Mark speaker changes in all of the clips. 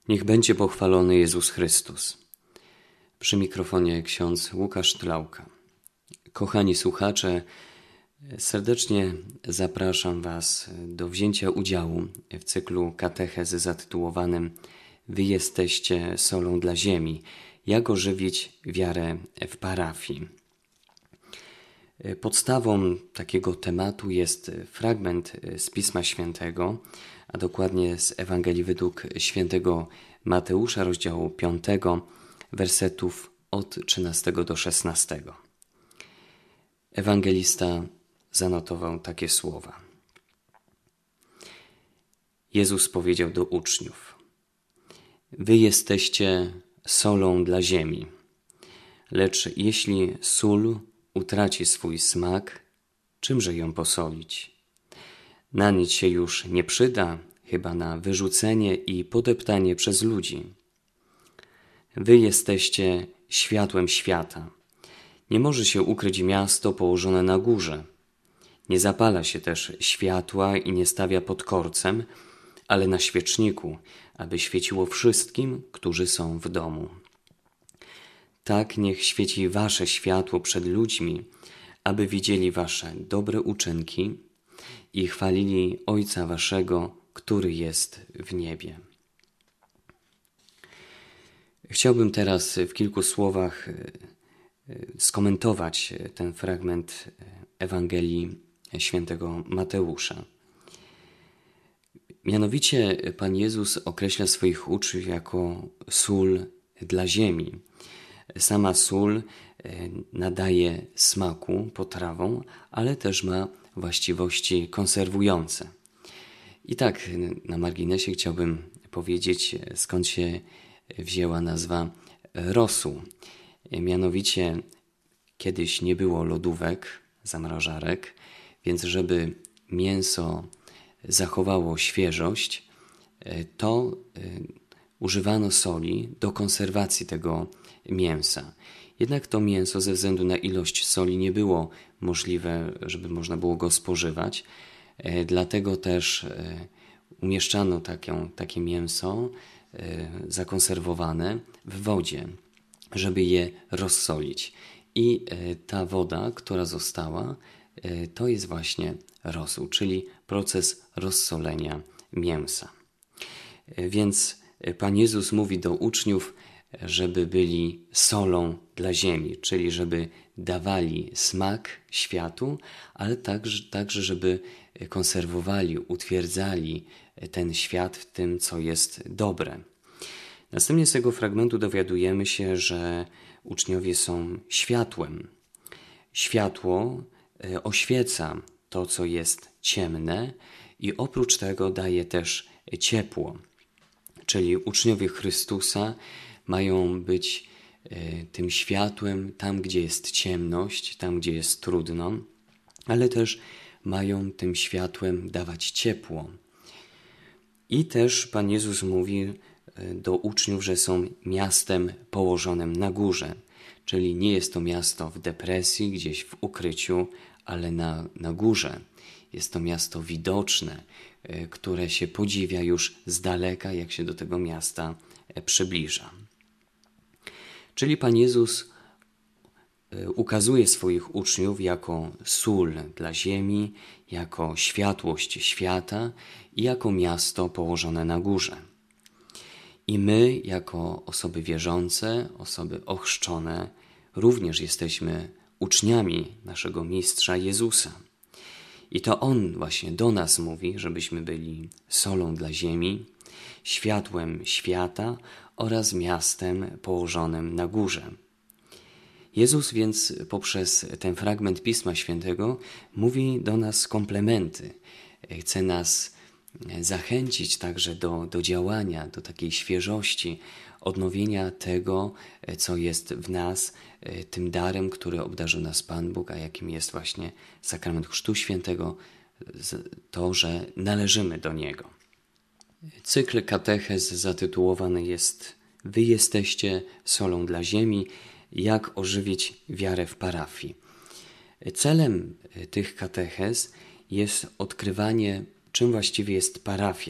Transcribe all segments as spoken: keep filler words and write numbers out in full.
Speaker 1: Niech będzie pochwalony Jezus Chrystus. Przy mikrofonie ksiądz Łukasz Tlauka. Kochani słuchacze, serdecznie zapraszam Was do wzięcia udziału w cyklu katechezy zatytułowanym Wy jesteście solą dla ziemi. Jak ożywić wiarę w parafii. Podstawą takiego tematu jest fragment z Pisma Świętego, a dokładnie z Ewangelii według świętego Mateusza, rozdziału piątego, wersetów od trzynastego do szesnastego. Ewangelista zanotował takie słowa. Jezus powiedział do uczniów: Wy jesteście solą dla ziemi, lecz jeśli sól utraci swój smak, czymże ją posolić? Na nic się już nie przyda, chyba na wyrzucenie i podeptanie przez ludzi. Wy jesteście światłem świata. Nie może się ukryć miasto położone na górze. Nie zapala się też światła i nie stawia pod korcem, ale na świeczniku, aby świeciło wszystkim, którzy są w domu. Tak niech świeci wasze światło przed ludźmi, aby widzieli wasze dobre uczynki i chwalili Ojca waszego, który jest w niebie. Chciałbym teraz w kilku słowach skomentować ten fragment Ewangelii świętego Mateusza. Mianowicie Pan Jezus określa swoich uczniów jako sól dla ziemi. Sama sól nadaje smaku potrawom, ale też ma właściwości konserwujące. I tak na marginesie chciałbym powiedzieć, skąd się wzięła nazwa rosół. Mianowicie kiedyś nie było lodówek, zamrażarek, więc żeby mięso zachowało świeżość, to używano soli do konserwacji tego mięsa. Jednak to mięso ze względu na ilość soli nie było możliwe, żeby można było go spożywać. Dlatego też umieszczano takie, takie mięso zakonserwowane w wodzie, żeby je rozsolić. I ta woda, która została, to jest właśnie rosół, czyli proces rozsolenia mięsa. Więc Pan Jezus mówi do uczniów, żeby byli solą dla ziemi, czyli żeby dawali smak światu, ale także, także żeby konserwowali, utwierdzali ten świat w tym, co jest dobre. Następnie z tego fragmentu dowiadujemy się, że uczniowie są światłem. Światło oświeca to, co jest ciemne i oprócz tego daje też ciepło. Czyli uczniowie Chrystusa mają być tym światłem tam, gdzie jest ciemność, tam, gdzie jest trudno, ale też mają tym światłem dawać ciepło. I też Pan Jezus mówi do uczniów, że są miastem położonym na górze, czyli nie jest to miasto w depresji, gdzieś w ukryciu, ale na, na górze. Jest to miasto widoczne, które się podziwia już z daleka, jak się do tego miasta przybliża. Czyli Pan Jezus ukazuje swoich uczniów jako sól dla ziemi, jako światłość świata i jako miasto położone na górze. I my, jako osoby wierzące, osoby ochrzczone, również jesteśmy uczniami naszego Mistrza Jezusa. I to On właśnie do nas mówi, żebyśmy byli solą dla ziemi, światłem świata oraz miastem położonym na górze. Jezus więc poprzez ten fragment Pisma Świętego mówi do nas komplementy. Chce nas zachęcić także do, do działania, do takiej świeżości, odnowienia tego, co jest w nas, tym darem, który obdarzył nas Pan Bóg, a jakim jest właśnie sakrament Chrztu Świętego, to, że należymy do Niego. Cykl katechez zatytułowany jest Wy jesteście solą dla ziemi, jak ożywić wiarę w parafii. Celem tych katechez jest odkrywanie, czym właściwie jest parafia,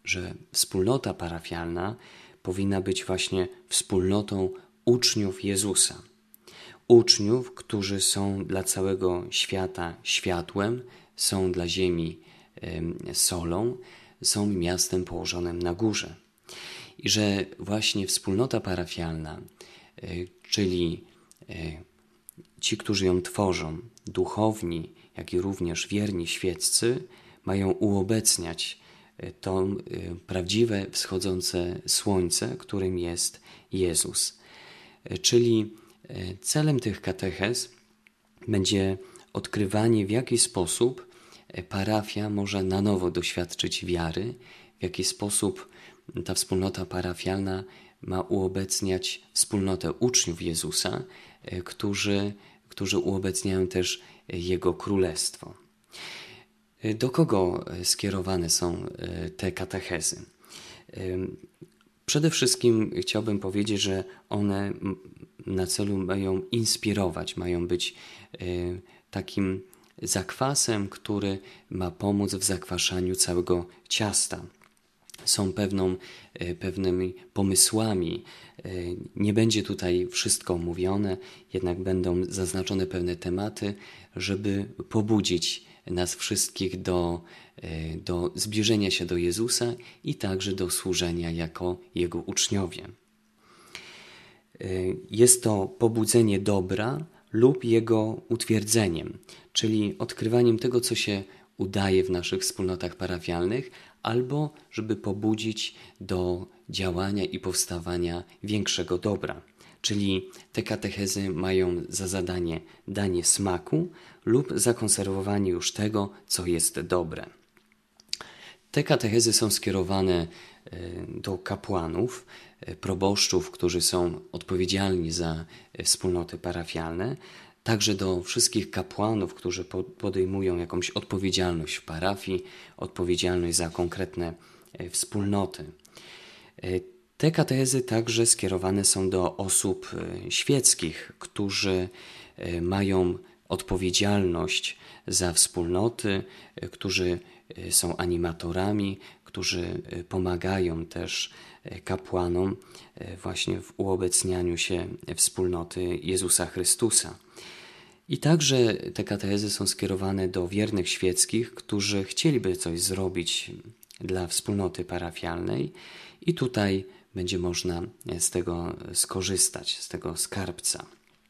Speaker 1: że wspólnota parafialna powinna być właśnie wspólnotą uczniów Jezusa. Uczniów, którzy są dla całego świata światłem, są dla ziemi y, solą, są miastem położonym na górze. I że właśnie wspólnota parafialna, y, czyli y, ci, którzy ją tworzą, duchowni, jak i również wierni świeccy, mają uobecniać to prawdziwe wschodzące słońce, którym jest Jezus. Czyli celem tych katechez będzie odkrywanie, w jaki sposób parafia może na nowo doświadczyć wiary, w jaki sposób ta wspólnota parafialna ma uobecniać wspólnotę uczniów Jezusa, którzy, którzy uobecniają też Jego Królestwo. Do kogo skierowane są te katechezy? Przede wszystkim chciałbym powiedzieć, że one na celu mają inspirować, mają być takim zakwasem, który ma pomóc w zakwaszaniu całego ciasta. Są pewną, pewnymi pomysłami. Nie będzie tutaj wszystko omówione, jednak będą zaznaczone pewne tematy, żeby pobudzić nas wszystkich do, do zbliżenia się do Jezusa i także do służenia jako Jego uczniowie. Jest to pobudzenie dobra lub jego utwierdzeniem, czyli odkrywaniem tego, co się udaje w naszych wspólnotach parafialnych, albo żeby pobudzić do działania i powstawania większego dobra. Czyli te katechezy mają za zadanie danie smaku lub zakonserwowanie już tego, co jest dobre. Te katechezy są skierowane do kapłanów, proboszczów, którzy są odpowiedzialni za wspólnoty parafialne, także do wszystkich kapłanów, którzy podejmują jakąś odpowiedzialność w parafii, odpowiedzialność za konkretne wspólnoty. Te katechezy także skierowane są do osób świeckich, którzy mają odpowiedzialność za wspólnoty, którzy są animatorami, którzy pomagają też kapłanom właśnie w uobecnianiu się wspólnoty Jezusa Chrystusa. I także te katechezy są skierowane do wiernych świeckich, którzy chcieliby coś zrobić dla wspólnoty parafialnej i tutaj będzie można z tego skorzystać, z tego skarbca.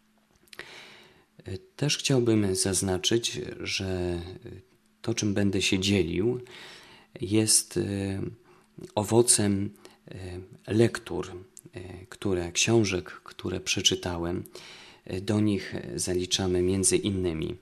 Speaker 1: Też chciałbym zaznaczyć, że to, czym będę się dzielił, jest owocem lektur, które, książek, które przeczytałem. Do nich zaliczamy między innymi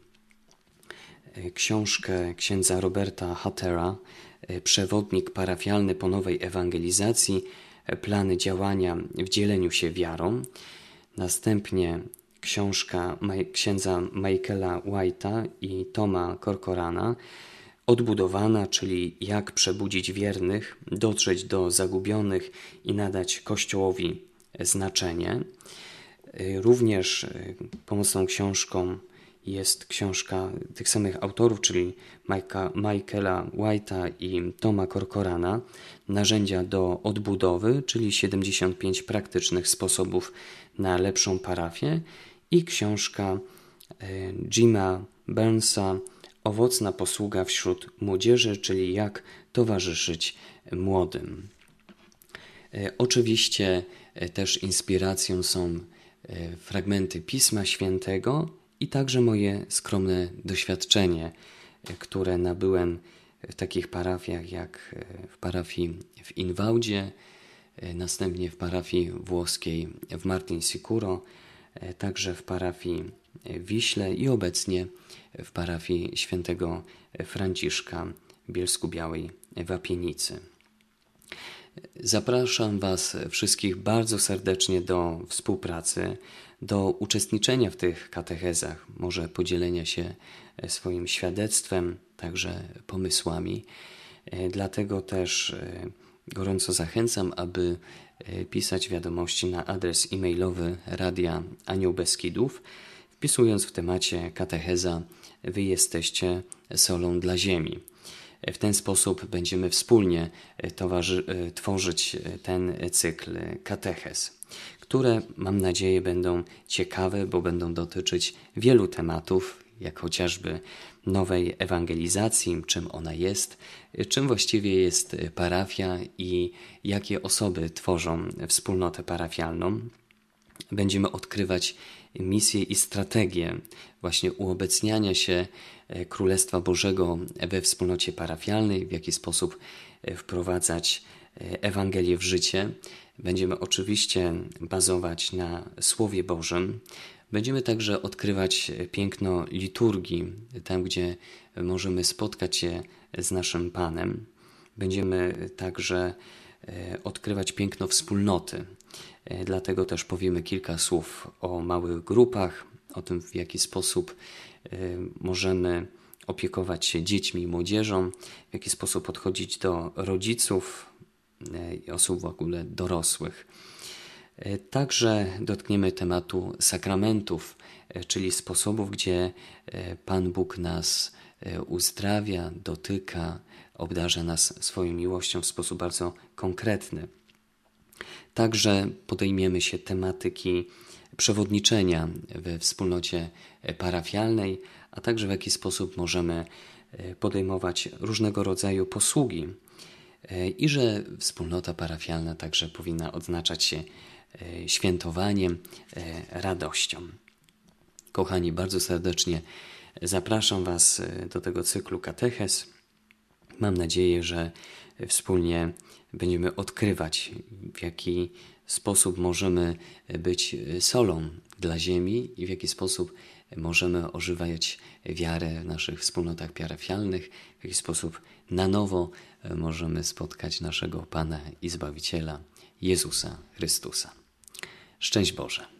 Speaker 1: książkę księdza Roberta Huttera, Przewodnik parafialny po nowej ewangelizacji, plany działania w dzieleniu się wiarą. Następnie książka księdza Michaela White'a i Toma Corcorana, Odbudowana, czyli jak przebudzić wiernych, dotrzeć do zagubionych i nadać Kościołowi znaczenie. Również pomocną książką jest książka tych samych autorów, czyli Michaela White'a i Toma Corcorana, Narzędzia do odbudowy, czyli siedemdziesiąt pięć praktycznych sposobów na lepszą parafię, i książka Jima Burnsa, Owocna posługa wśród młodzieży, czyli jak towarzyszyć młodym. Oczywiście też inspiracją są fragmenty Pisma Świętego i także moje skromne doświadczenie, które nabyłem w takich parafiach jak w parafii w Inwaudzie, następnie w parafii włoskiej w Martinsicuro, także w parafii w Wiśle i obecnie w parafii świętego Franciszka w Bielsku-Białej w Apienicy. Zapraszam Was wszystkich bardzo serdecznie do współpracy, do uczestniczenia w tych katechezach, może podzielenia się swoim świadectwem, także pomysłami. Dlatego też gorąco zachęcam, aby pisać wiadomości na adres e-mailowy Radia Anioł Beskidów, wpisując w temacie katecheza: Wy jesteście solą dla ziemi. W ten sposób będziemy wspólnie towarzy- tworzyć ten cykl katechez, które mam nadzieję będą ciekawe, bo będą dotyczyć wielu tematów, jak chociażby nowej ewangelizacji, czym ona jest, czym właściwie jest parafia i jakie osoby tworzą wspólnotę parafialną. Będziemy odkrywać misję i strategię właśnie uobecniania się Królestwa Bożego we wspólnocie parafialnej, w jaki sposób wprowadzać Ewangelię w życie. Będziemy oczywiście bazować na Słowie Bożym. Będziemy także odkrywać piękno liturgii, tam gdzie możemy spotkać się z naszym Panem. Będziemy także odkrywać piękno wspólnoty. Dlatego też powiemy kilka słów o małych grupach, o tym, w jaki sposób możemy opiekować się dziećmi i młodzieżą, w jaki sposób podchodzić do rodziców i osób w ogóle dorosłych. Także dotkniemy tematu sakramentów, czyli sposobów, gdzie Pan Bóg nas uzdrawia, dotyka, obdarza nas swoją miłością w sposób bardzo konkretny. Także podejmiemy się tematyki przewodniczenia we wspólnocie parafialnej, a także w jaki sposób możemy podejmować różnego rodzaju posługi i że wspólnota parafialna także powinna odznaczać się świętowaniem, radością. Kochani, bardzo serdecznie zapraszam Was do tego cyklu katechez. Mam nadzieję, że wspólnie będziemy odkrywać, w jaki sposób możemy być solą dla ziemi i w jaki sposób możemy ożywiać wiarę w naszych wspólnotach parafialnych, w jaki sposób na nowo możemy spotkać naszego Pana i Zbawiciela, Jezusa Chrystusa. Szczęść Boże!